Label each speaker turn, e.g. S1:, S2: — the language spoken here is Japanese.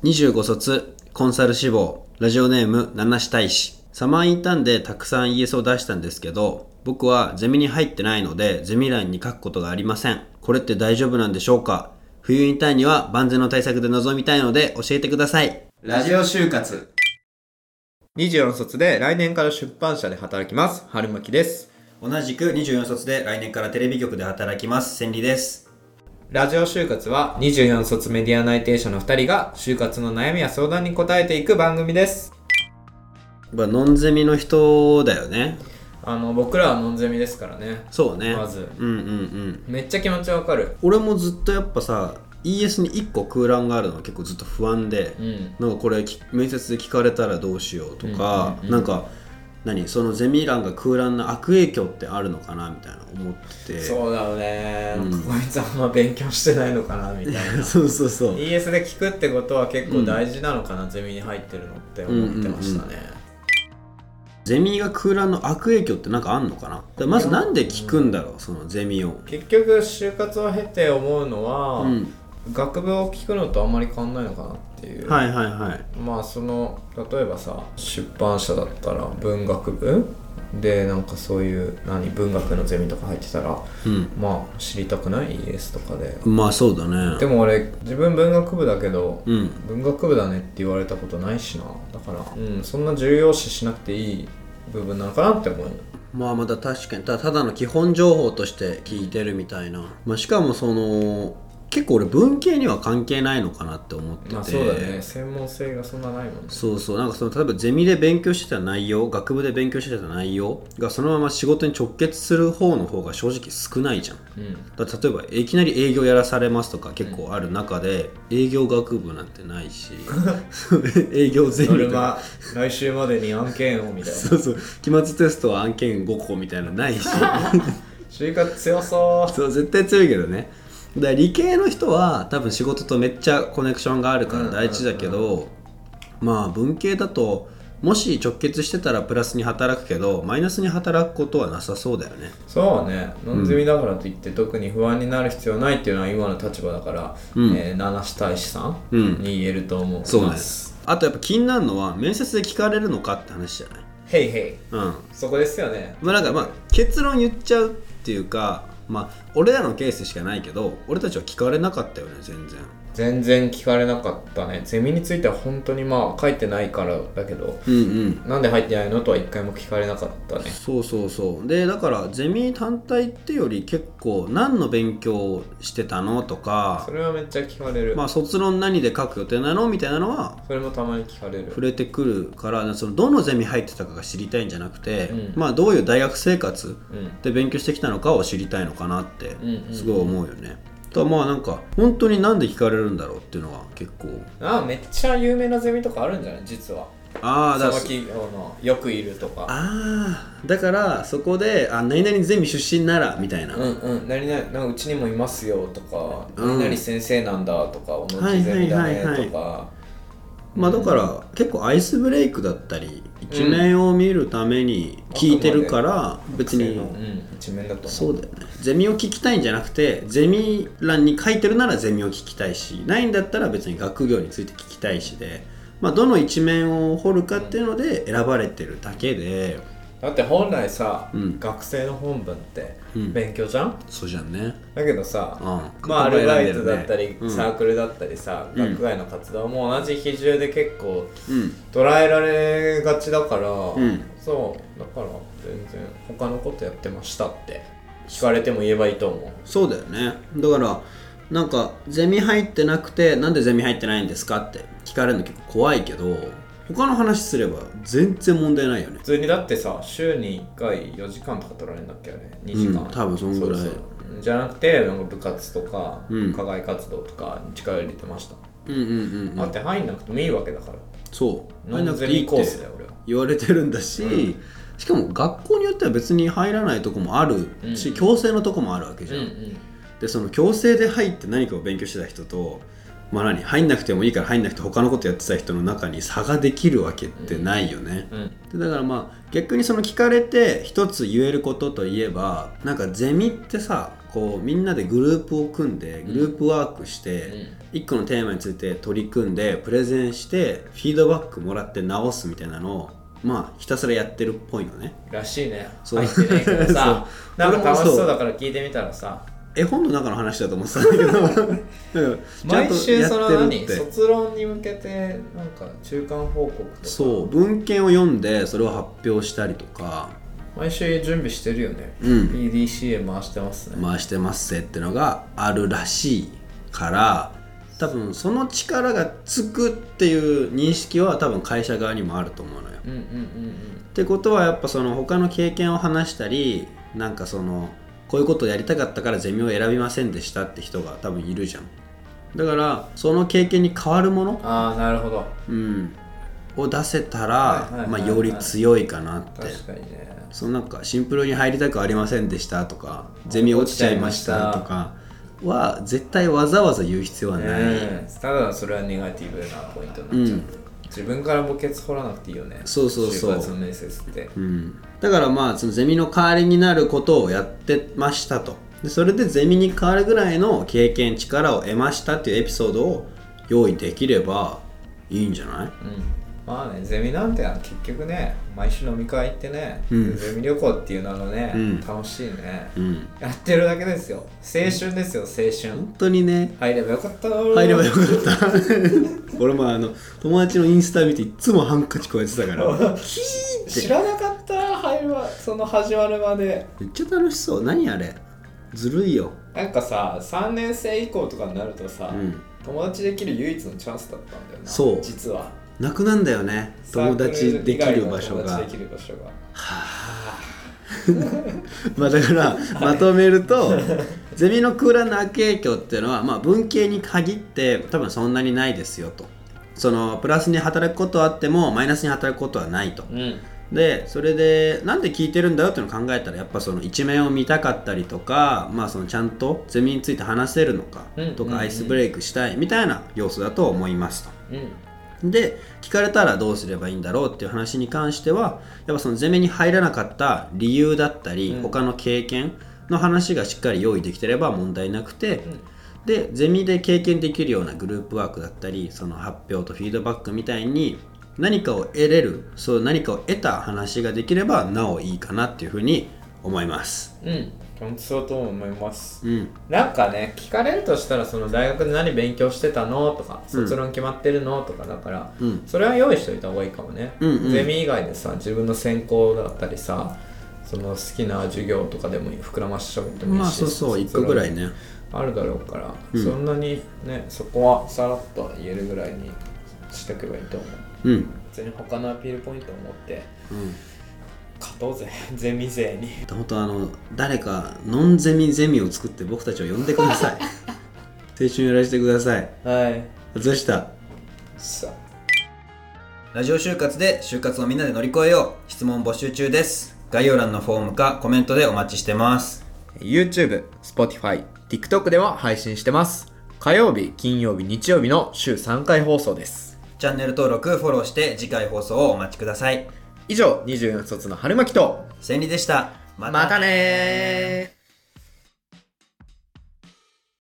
S1: 25卒コンサル志望、ラジオネーム七種大使。サマーインターンでたくさん ES を出したんですけど、僕はゼミに入ってないのでゼミ欄に書くことがありません。これって大丈夫なんでしょうか？冬インターンには万全の対策で臨みたいので教えてください。ラジオ就活。
S2: 24卒で来年から出版社で働きます。春巻です。
S1: 同じく24卒で来年からテレビ局で働きます。千里です。
S2: ラジオ就活は24卒メディア内定者の2人が就活の悩みや相談に答えていく番組です。
S1: ノンゼミの人だよね。
S2: 僕らはノンゼミですからね。
S1: そうね。
S2: まずめっちゃ気持ちわかる。
S1: 俺もずっとやっぱさ ES に1個空欄があるのは結構ずっと不安で、なんかこれ面接で聞かれたらどうしようとか、なんかそのゼミ欄が空欄の悪影響ってあるのかなみたいな思ってて。
S2: そうだよね、こいつあんま勉強してないのかなみたいな
S1: そうそうそう。
S2: ES で聞くってことは結構大事なのかな、ゼミに入ってるのって思ってましたね。
S1: ゼミが空欄の悪影響ってなんかあんのかな。まずなんで聞くんだろう、そのゼミを。
S2: 結局就活を経て思うのは、学部を聞くのとあんまり変わんないのかなっていう。
S1: はいはいはい。
S2: まあ例えばさ、出版社だったら文学部でなんかそういう文学のゼミとか入ってたら、まあ知りたくない ES とかで。
S1: まあそうだね。
S2: でも俺自分文学部だけど、文学部だねって言われたことないしな。だから、そんな重要視しなくていい部分なのかなって思う。
S1: まあまだ確かにただの基本情報として聞いてるみたいな。しかも結構俺文系には関係ないのかなって思ってて。
S2: まあそうだね、専門性がそんなないもんね。そう
S1: そう、なんか例えばゼミで勉強してた内容、学部で勉強してた内容がそのまま仕事に直結する方が正直少ないじゃん。だ例えばいきなり営業やらされますとか結構ある中で、営業学部なんてないし営業ゼミとか
S2: 来週までに案件をみたいな
S1: そうそう、期末テストは案件5個みたいなのないし
S2: 就活強そう。
S1: そう、絶対強いけどね。だから理系の人は多分仕事とめっちゃコネクションがあるから大事だけど、まあ文系だともし直結してたらプラスに働くけどマイナスに働くことはなさそうだよね。
S2: そうね、ノンゼミだからといって特に不安になる必要ないっていうのは今の立場だから、七種大使さんに言えると思います。
S1: そうね。あとやっぱ気になるのは面接で聞かれるのかって話じゃない。
S2: へいへい、そこですよね。
S1: なんか結論言っちゃうっていうか、俺らのケースしかないけど俺たちは聞かれなかったよね。
S2: 全然聞かれなかったね。ゼミについては本当に書いてないからだけど、なんで入ってないのとは一回も聞かれなかったね。
S1: そうで、だからゼミ単体ってより結構何の勉強してたのとか、
S2: それはめっちゃ聞かれる。
S1: 卒論何で書く予定なのみたいなのは
S2: それもたまに聞かれる。
S1: 触れてくるから、どのゼミ入ってたかが知りたいんじゃなくて、どういう大学生活で勉強してきたのかを知りたいのかなってすごい思うよね。なんか本当になんで聞かれるんだろうっていうのは結構
S2: めっちゃ有名なゼミとかあるんじゃない実は。その企業のよくいるとか。
S1: だからそこで何々ゼミ出身ならみたいな、
S2: 何々なんかうちにもいますよとか、何々先生なんだとか、同じゼミだねとか。
S1: だから結構アイスブレイクだったり一面を見るために聞いてるから、別に
S2: 一面だと思う。
S1: そうだよね。ゼミを聞きたいんじゃなくて、ゼミ欄に書いてるならゼミを聞きたいし、ないんだったら別に学業について聞きたいしで、どの一面を掘るかっていうので選ばれてるだけで。
S2: だって本来さ、学生の本文って勉強じゃん。
S1: そうじゃんね。
S2: だけどさ、アルバイトだったり、サークルだったりさ、学外の活動も同じ比重で結構捉えられがちだから、そうだから全然他のことやってましたって聞かれても言えばいいと思う。
S1: そうだよね。だからなんかゼミ入ってなくてなんでゼミ入ってないんですかって聞かれるの結構怖いけど、他の話すれば全然問題ないよね。
S2: 普通にだってさ、週に1回4時間とか取られるんだっけ、あれ2時間、
S1: 多分そんぐらい。
S2: じゃなくてなんか部活とか、課外活動とかに力入れてました。だって入んなくてもいいわけだから。
S1: そう
S2: 入んなくていいコースだよ俺は
S1: 言われてるんだし、しかも学校によっては別に入らないとこもあるし、強制のとこもあるわけじゃん。でその強制で入って何かを勉強してた人と、入んなくてもいいから入んなくて他のことやってた人の中に差ができるわけってないよね。でだから逆にその聞かれて一つ言えることといえば、なんかゼミってさ、 こうみんなでグループを組んでグループワークして、1個のテーマについて取り組んでプレゼンしてフィードバックもらって直すみたいなのをまあひたすらやってるっぽいのね。
S2: らしいね。入ってねえけどさなんか楽しそうだから聞いてみたらさ、
S1: 絵本の中の話だと思ってたんだけど
S2: 毎週その卒論に向けてなんか中間報告とか、
S1: そう文献を読んでそれを発表したりとか
S2: 毎週準備してるよね。PDCA 回してますね。
S1: 回してますってのがあるらしいから、多分その力がつくっていう認識は多分会社側にもあると思うのよ。ってことはやっぱその他の経験を話したり、なんかそのこういうことをやりたかったからゼミを選びませんでしたって人が多分いるじゃん。だからその経験に変わるもの、
S2: なるほど、
S1: を出せたらより強いかなって。
S2: 確かにね。
S1: そのなんかシンプルに入りたくありませんでしたとかゼミ落ちちゃいましたとかは絶対わざわざ言う必要はない、
S2: ただそれはネガティブなポイントになっちゃう、自分から墓穴掘らなくていいよね。
S1: そう
S2: 就活の面接って、
S1: だからまあそのゼミの代わりになることをやってましたと。でそれでゼミに変わるぐらいの経験力を得ましたっていうエピソードを用意できればいいんじゃない？
S2: まあね、ゼミなんて結局ね、毎週飲み会行ってね、ゼミ旅行っていうののね、楽しいね、やってるだけですよ。青春ですよ、青春。
S1: 本当にね。
S2: 入ればよかった
S1: 入ればよかった俺も友達のインスタ見ていつもハンカチこうやってたからキーって
S2: 知らなかった。その始まるまで
S1: めっちゃ楽しそう。何あれずるいよ。
S2: なんかさ、3年生以降とかになるとさ、友達できる唯一のチャンスだったんだよな。
S1: そう
S2: 実は
S1: なくなんだよね、友達できる場所が。まあだからまとめるとゼミの空欄の悪影響っていうのは、まあ、文系に限って多分そんなにないですよと。そのプラスに働くことはあってもマイナスに働くことはないと、でそれでなんで聞いてるんだよっていうのを考えたら、やっぱその一面を見たかったりとか、まあそのちゃんとゼミについて話せるのかとか、アイスブレイクしたいみたいな要素だと思いますと。で聞かれたらどうすればいいんだろうっていう話に関しては、やっぱそのゼミに入らなかった理由だったり、他の経験の話がしっかり用意できてれば問題なくて、でゼミで経験できるようなグループワークだったり、その発表とフィードバックみたいに何かを得れる、そう何かを得た話ができればなおいいかなっていうふうに思います。
S2: 本当そうと思います、なんかね、聞かれるとしたらその大学で何勉強してたのとか、卒論決まってるのとかだから、それは用意しといた方がいいかもね、ゼミ以外でさ、自分の専攻だったりさ、その好きな授業とかでも膨らましちゃうともいいし、
S1: そう1個ぐらいね
S2: あるだろうから、そんなにね、そこはさらっと言えるぐらいにしておけばいいと思う。別に他のアピールポイントを持って、勝とうぜ、ゼミ勢に。
S1: 本当誰かノンゼミゼミを作って僕たちを呼んでください青春やらせてください。外したラジオ就活で就活をみんなで乗り越えよう。質問募集中です。概要欄のフォームかコメントでお待ちしてます。
S2: YouTube、Spotify、TikTok でも配信してます。火曜日、金曜日、日曜日の週3回放送です。
S1: チャンネル登録、フォローして次回放送をお待ちください。
S2: 以上、24卒の春巻と
S1: 千里でした。
S2: またねー。